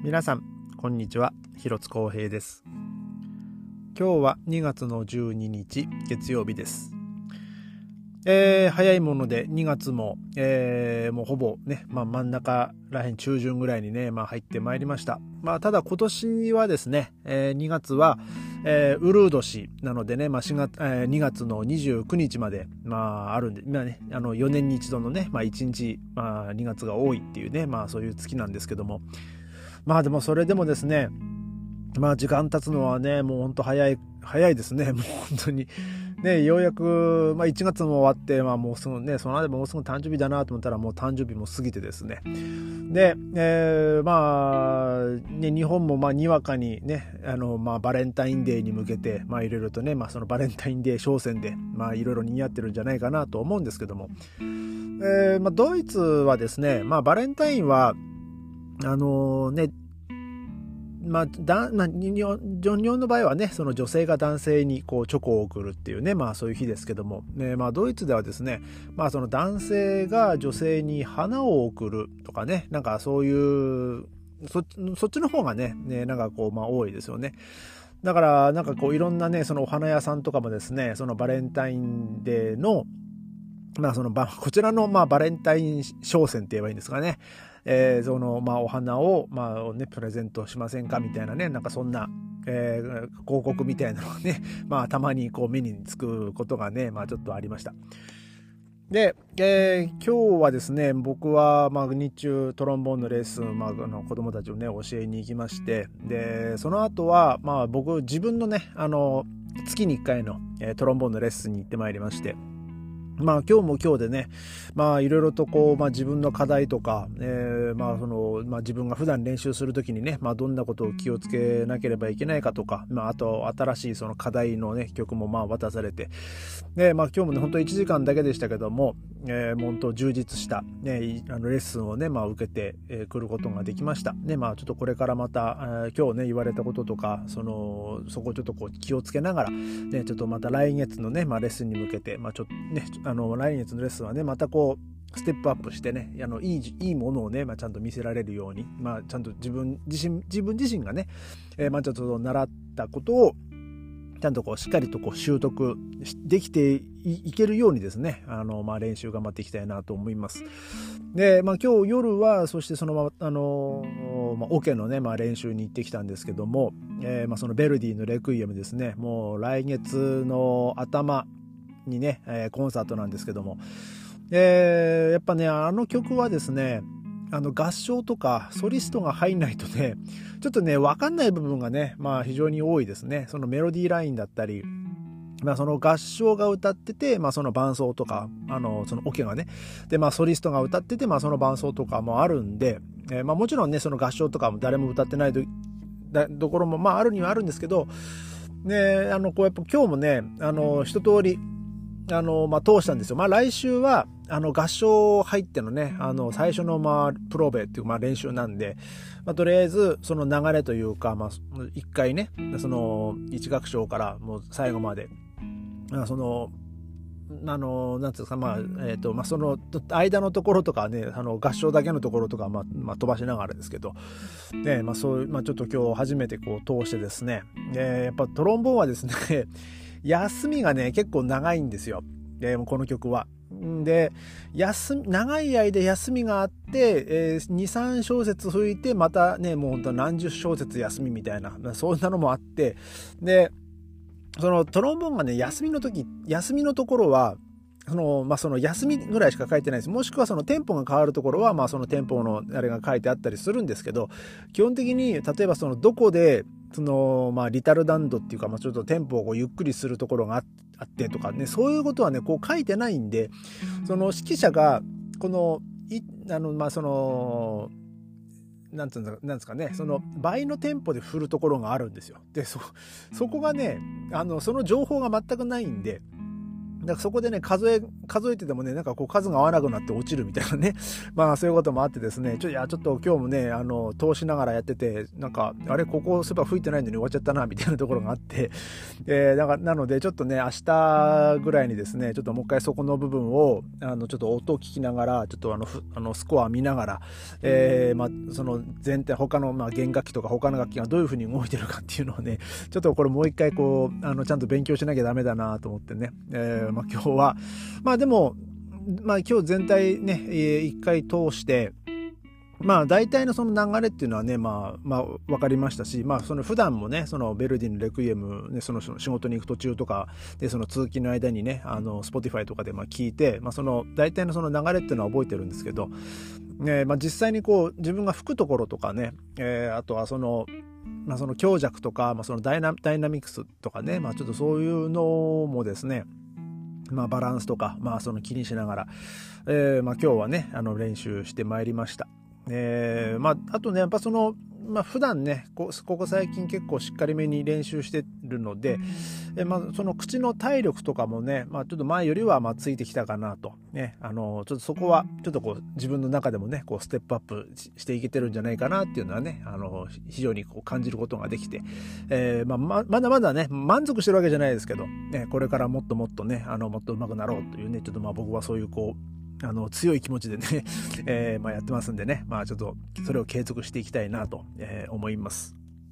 皆さんこんにちは、広津光平です。今日は2月の12日月曜日です。早いもので2月も、もうほぼね、真ん中らへん中旬ぐらいにね、入ってまいりました。ただ今年はですね、2月は、うるう年なのでね、2月の29日まで、あるんで、4年に一度のね、1日、2月が多いっていうね、そういう月なんですけども、でもそれでもですね、時間経つのはね、もう本当早いですね。もう本当にね、ようやく1月も終わって、もうすぐね、その後もうすぐ誕生日だなと思ったらもう誕生日も過ぎてですね。で、日本もにわかにね、バレンタインデーに向けていろいろとね、そのバレンタインデー商戦でいろいろ賑わってるんじゃないかなと思うんですけども、ドイツはですね、バレンタインは日本の場合はね、その女性が男性にこうチョコを送るっていうね、そういう日ですけども、ドイツではですね、その男性が女性に花を送るとかね、そういうそっちの方がね、多いですよね。だからいろんなね、そのお花屋さんとかもですね、そのバレンタインデーのこちらのバレンタイン商戦って言えばいいんですかね。そのお花をプレゼントしませんかみたいなね、そんな、広告みたいなのがね、たまに目につくことがね、ちょっとありました。で、今日はですね、僕は日中トロンボーンのレッスン、子供たちをね教えに行きまして、でその後は僕自分のね月に1回の、トロンボーンのレッスンに行ってまいりまして、今日も今日でね、いろいろと自分の課題とか、自分が普段練習するときにね、どんなことを気をつけなければいけないかとか、あと新しいその課題のね曲も渡されて、で今日もね本当1時間だけでしたけども、本当充実したねレッスンをね受けてくることができましたね。ちょっとこれからまた今日ね言われたこととか、そこをちょっと気をつけながらね、ちょっとまた来月のねレッスンに向けてちょっとね来月のレッスンはねまたステップアップしてね、いいものをね、ちゃんと見せられるように、ちゃんと自分自身がね、ちょっと習ったことをちゃんとしっかりと習得できていけるようにですね、練習頑張っていきたいなと思います。で、今日夜はそしてそのオケのね練習に行ってきたんですけども、そのベルディのレクイエムですね、もう来月の頭にね、コンサートなんですけども、やっぱね曲はですね、合唱とかソリストが入んないとねちょっとね分かんない部分がね非常に多いですね。そのメロディーラインだったり、その合唱が歌ってて、その伴奏とかそのオケがねで、ソリストが歌ってて、その伴奏とかもあるんで、もちろんねその合唱とかも誰も歌ってないところもあるにはあるんですけどね、やっぱ今日もね一通り通したんですよ。来週は合唱入ってのね最初のプロベっていう練習なんで、とりあえずその流れというか一回ねその一楽章からもう最後までなんていうんですか、その間のところとかね合唱だけのところとか飛ばしながらですけどね、そういうちょっと今日初めて通してですね、やっぱトロンボーンはですね休みがね結構長いんですよ。この曲は。で長い間休みがあって、2、3小節吹いてまたねもうほんと何十小節休みみたいな、そんなのもあって、でそのトロンボーンがね休みのところはその休みぐらいしか書いてないです。もしくはそのテンポが変わるところはそのテンポのあれが書いてあったりするんですけど、基本的に例えばそのどこでそのリタルダンドっていうかちょっとテンポをゆっくりするところがあってとかね、そういうことはね書いてないんで、その指揮者がこのそのなんですかね、その倍のテンポで振るところがあるんですよ。でそこがねその情報が全くないんで、 だからそこでね、数えててもね、なんかこう数が合わなくなって落ちるみたいなね。まあそういうこともあってですね、ちょっと今日もね、通しながらやってて、なんか、あれ、ここそういえば吹いてないのに終わっちゃったな、みたいなところがあって、なのでちょっとね、明日ぐらいにですね、ちょっともう一回そこの部分を、ちょっと音を聞きながら、ちょっとスコア見ながら、まあ、その全体、他の、まあ、弦楽器とか他の楽器がどういう風に動いてるかっていうのをね、ちょっとこれもう一回こう、ちゃんと勉強しなきゃダメだなと思ってね、まあ、今日は、まあでも、まあ今日全体ね、一回通して、まあ大体のその流れっていうのはね、まあ分かりましたし、まあその普段もね、そのベルディのレクイエム、ね、その仕事に行く途中とかで、その通勤の間にね、Spotify とかでまあ聞いて、まあその大体のその流れっていうのは覚えてるんですけど、まあ実際にこう自分が吹くところとかね、あとはその、まあその強弱とか、まあそのダイナミクスとかね、まあちょっとそういうのもですね、まあバランスとか、まあその気にしながら、まあ今日はね、練習してまいりました。まああとね、やっぱその、まあ普段ね、ここ最近結構しっかりめに練習してるので、まあその口の体力とかもね、まあちょっと前よりはまあついてきたかなとね、ちょっとそこはちょっとこう自分の中でもね、こうステップアップしていけてるんじゃないかなっていうのはね、非常にこう感じることができて、まだまだね、満足してるわけじゃないですけど、ね、これからもっともっとね、もっと上手くなろうというね、ちょっとまあ僕はそういうこう、強い気持ちでね、まあやってますんでね、まあちょっとそれを継続していきたいなと、思います。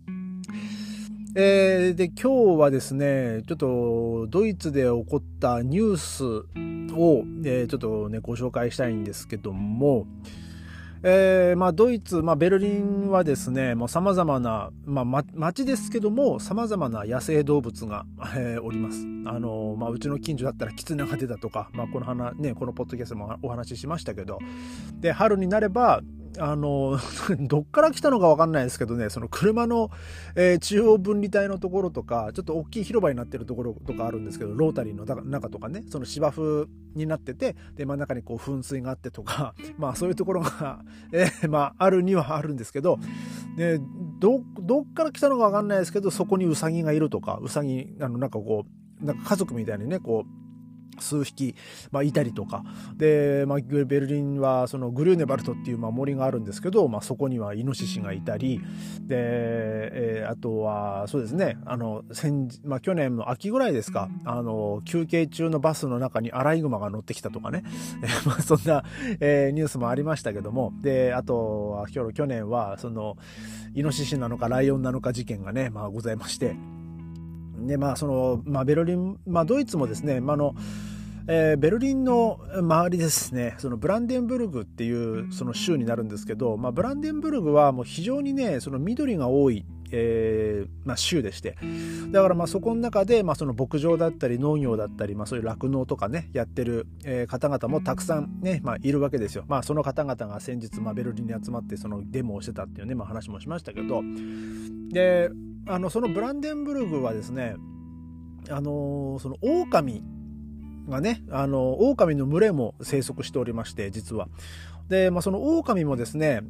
で今日はですね、ちょっとドイツで起こったニュースを、ちょっとねご紹介したいんですけども、まあドイツ、まあ、ベルリンはですね、もう様々な、まあ、街ですけども様々な野生動物が、おります。まあ、うちの近所だったらキツネが出たとか、まあ、このポッドキャストもお話ししましたけど、で春になればどっから来たのか分かんないですけどね、その車の、中央分離帯のところとか、ちょっと大きい広場になってるところとかあるんですけど、ロータリーの中とかね、その芝生になってて、で真ん中にこう噴水があってとか、まあそういうところが、まああるにはあるんですけど、でどっから来たのか分かんないですけど、そこにウサギがいるとか、ウサギなんかこうなんか家族みたいにね、こう数匹、まあ、いたりとかで、まあ、ベルリンはそのグリューネバルトっていう、まあ、森があるんですけど、まあ、そこにはイノシシがいたりで、あとはそうですね、まあ、去年の秋ぐらいですか、休憩中のバスの中にアライグマが乗ってきたとかね、まあ、そんな、ニュースもありましたけども、であとは去年はそのイノシシなのかライオンなのか事件がね、まあ、ございまして、でまあその、まあ、ベルリン、まあ、ドイツもですね、まあベルリンの周りですね、そのブランデンブルグっていうその州になるんですけど、まあ、ブランデンブルグはもう非常にね、その緑が多い、まあ、州でして、だからまあそこの中で、まあ、その牧場だったり農業だったり、まあ、そういう酪農とかねやってる、方々もたくさんね、まあ、いるわけですよ。まあ、その方々が先日、まあ、ベルリンに集まってそのデモをしてたっていうね、まあ、話もしましたけど、でそのブランデンブルグはですね、その狼がね、狼の群れも生息しておりまして、実は。で、まあ、その狼もですね、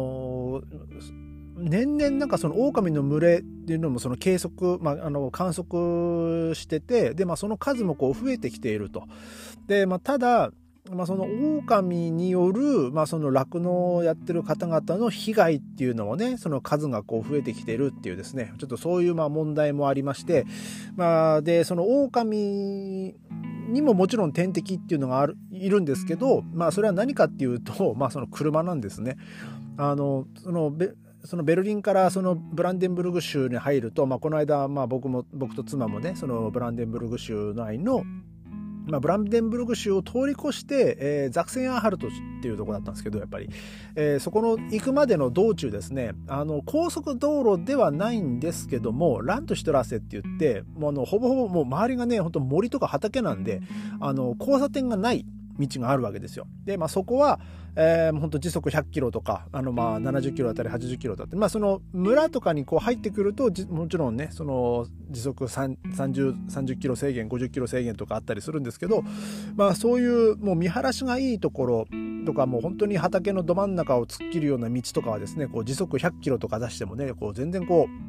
年々なんかその狼の群れっていうのもその計測、まあ、観測してて、で、まあ、その数もこう増えてきていると。で、まあ、ただ、まあ、その狼による、まあ、その酪農をやってる方々の被害っていうのもね、その数がこう増えてきてるっていうですね、ちょっとそういうまあ問題もありまして、まあ、でその狼にももちろん天敵っていうのがいるんですけど、まあそれは何かっていうと、まあその車なんですね。そのベルリンからそのブランデンブルグ州に入ると、まあ、この間、まあ、僕と妻もね、そのブランデンブルグ州内の、まあ、ブランデンブルグ州を通り越して、ザクセンアンハルトっていうところだったんですけど、やっぱり、そこの行くまでの道中ですね、高速道路ではないんですけども、ラントシュトラッセって言って、もうほぼほぼもう周りがね、本当森とか畑なんで、交差点がない道があるわけですよ。で、まあ、そこは、本当時速100キロとか、まあ、70キロだったり80キロだったり、まあ、その村とかにこう入ってくると、もちろんね、その時速30キロ制限、50キロ制限とかあったりするんですけど、まあ、そういうもう見晴らしがいいところとか、もう本当に畑のど真ん中を突っ切るような道とかはですね、こう時速100キロとか出してもね、こう全然こう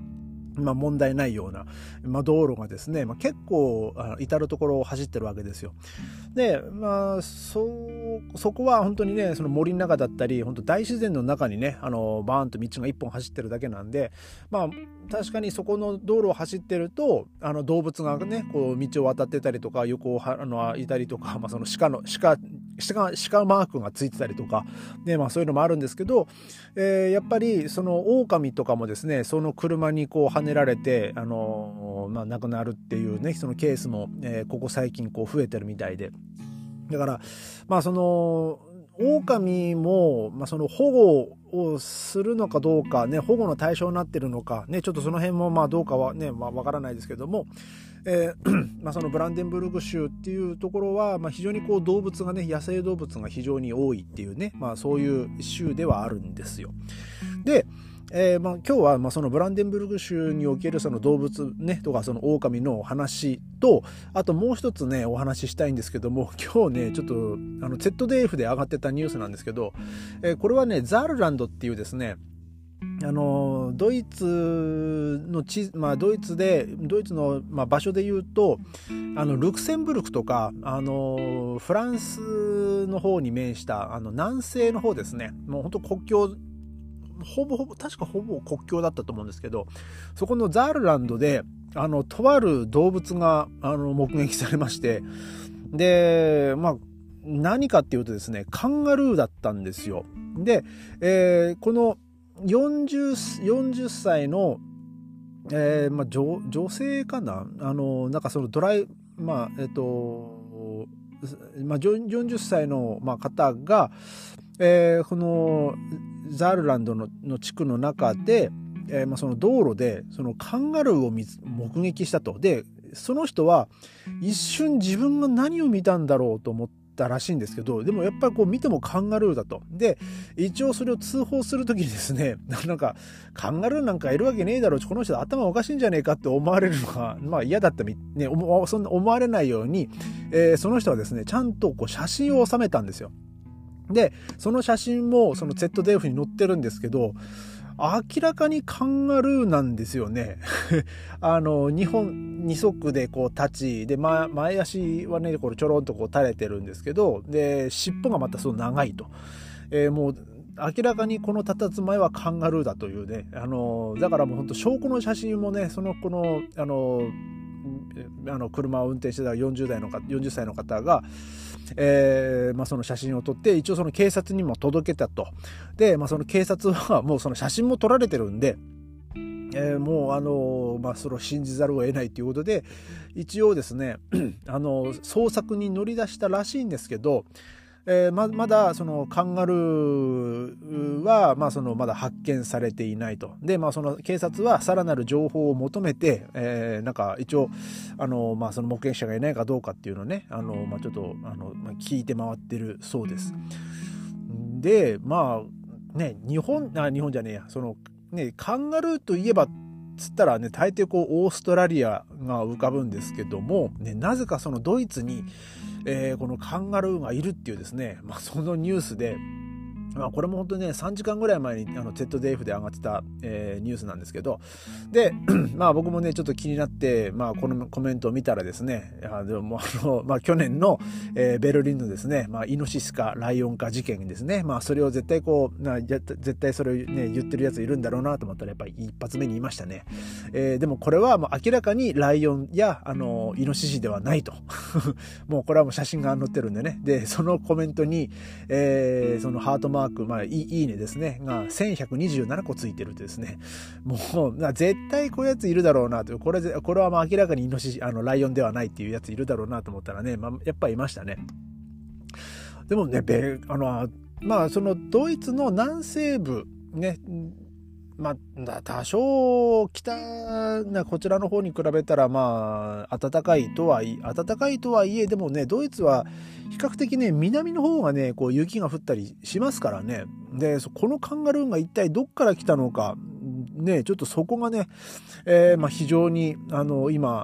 問題ないような、道路がですね、結構至るところを走ってるわけですよ。で、そこは本当にね、その森の中だったり、本当大自然の中にね、バーンと道が一本走ってるだけなんで、確かにそこの道路を走ってると、動物がね、こう道を渡ってたりとか、横をいたりとか、その鹿マークがついてたりとか、ね、そういうのもあるんですけど、やっぱりその狼とかもですね、その車にこう跳ねられて、亡くなるっていうね、そのケースも、ここ最近こう増えてるみたいで。だからその狼も、その保護をするのかどうかね、保護の対象になってるのかね、ちょっとその辺もどうかはね、わからないですけども、そのブランデンブルグ州っていうところは、非常にこう動物がね、野生動物が非常に多いっていうね、そういう州ではあるんですよ。で、今日はそのブランデンブルグ州におけるその動物ねとかその狼の話と、あともう一つねお話ししたいんですけども、今日ねちょっとZDF で上がってたニュースなんですけど、これはねザールランドっていうですね、ドイツのドイツの場所で言うとルクセンブルクとかフランスの方に面した南西の方ですね。もう本当国境確かほぼ国境だったと思うんですけど、そこのザールランドでとある動物が目撃されまして、で何かっていうとですね、カンガルーだったんですよ。で、この40歳の、女性かな、なんかその40歳の方が、このザールランドの地区の中で、その道路でそのカンガルーを目撃したと。でその人は一瞬自分が何を見たんだろうと思ったらしいんですけど、でもやっぱりこう見てもカンガルーだと。で一応それを通報するときにですね、なんかカンガルーなんかいるわけねえだろう、この人頭おかしいんじゃねえかって思われるのが嫌だったね、そんな思われないように、その人はですねちゃんとこう写真を収めたんですよ。でその写真もその ZDF に載ってるんですけど、明らかにカンガルーなんですよね。二足でこう立ちで、前足はねこれちょろんとこう垂れてるんですけど、で尻尾がまたすごい長いと、もう明らかにこの佇まいはカンガルーだというね、だからもう本当証拠の写真もね、この車を運転してた40歳の方が、その写真を撮って一応その警察にも届けたと。で、その警察はもうその写真も撮られてるんで、もうそれを信じざるを得ないということで一応ですね捜索に乗り出したらしいんですけど、まだそのカンガルーはまだ発見されていないと。でその警察はさらなる情報を求めて、なんか一応その目撃者がいないかどうかっていうのをねちょっと聞いて回ってるそうです。で日本じゃねえや、カンガルーといえばつったらね大抵こうオーストラリアが浮かぶんですけども、なぜかそのドイツにこのカンガルーがいるっていうですね、そのニュースで、これも本当にね3時間ぐらい前にZDF で上がってた、ニュースなんですけど、で僕もねちょっと気になって、このコメントを見たらですね、でも去年の、ベルリンのですね、イノシシかライオンか事件ですね、それを絶対絶対それをね言ってるやついるんだろうなと思ったらやっぱり一発目に言いましたね。でもこれは明らかにライオンやイノシシではないともうこれはもう写真が載ってるんでね。でそのコメントに、そのハートマーク、いいねですねが1127個ついてるってですね、もう絶対こういうやついるだろうなと、これは明らかにイノシシライオンではないっていうやついるだろうなと思ったらね、やっぱりいましたね。でもねそのドイツの南西部ね、多少北こちらの方に比べたら暖かいとはいえ、でもねドイツは比較的ね南の方がねこう雪が降ったりしますからね。でこのカンガルーが一体どっから来たのかね、ちょっとそこがね、非常に今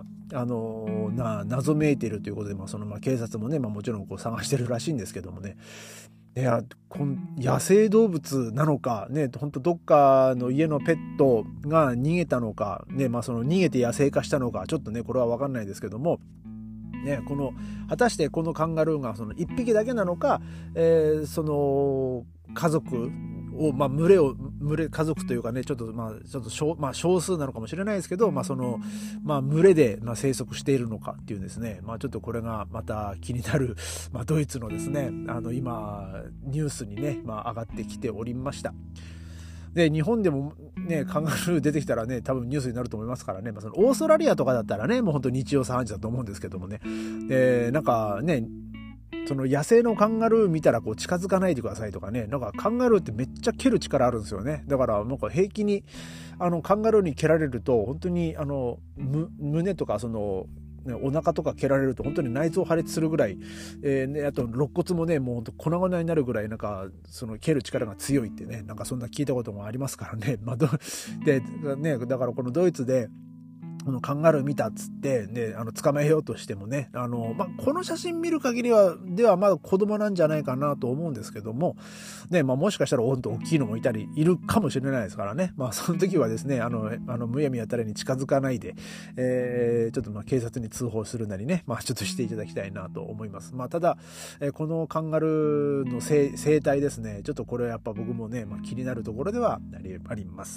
謎めいているということで、警察もね、もちろんこう探してるらしいんですけどもね。 いや、野生動物なのか、ね、本当どっかの家のペットが逃げたのか、ね、その逃げて野生化したのか、ちょっとね、これは分かんないですけども、ね、果たしてこのカンガルーがその1匹だけなのか、その家族を、家族というかね、ちょっと少数なのかもしれないですけど、群れで生息しているのかっていうですね、ちょっとこれがまた気になる、ドイツのですね、今ニュースにね、上がってきておりました。で、日本でもね、カンガルー出てきたらね、多分ニュースになると思いますからね、そのオーストラリアとかだったらね、もう本当日曜3時だと思うんですけどもね、なんかね、その野生のカンガルー見たら近づかないでくださいとかね、なんかカンガルーってめっちゃ蹴る力あるんですよね。だからなんか平気にカンガルーに蹴られると本当に胸とかお腹とか蹴られると本当に内臓破裂するぐらい、あと肋骨もね、もう本当粉々になるぐらいなんかその蹴る力が強いってね、なんかそんな聞いたこともありますからね。でね、だからこのドイツでこのカンガルー見たっつってね、捕まえようとしてもね、この写真見る限りではまだ子供なんじゃないかなと思うんですけども、ね、もしかしたら本当大きいのもいるかもしれないですからね。その時はですね、むやみやたらに近づかないで、ちょっと警察に通報するなりね、ちょっとしていただきたいなと思います。ただ、このカンガルーの生態ですね、ちょっとこれはやっぱ僕もね、気になるところではあります。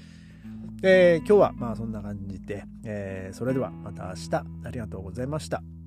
今日はそんな感じで、それではまた明日ありがとうございました。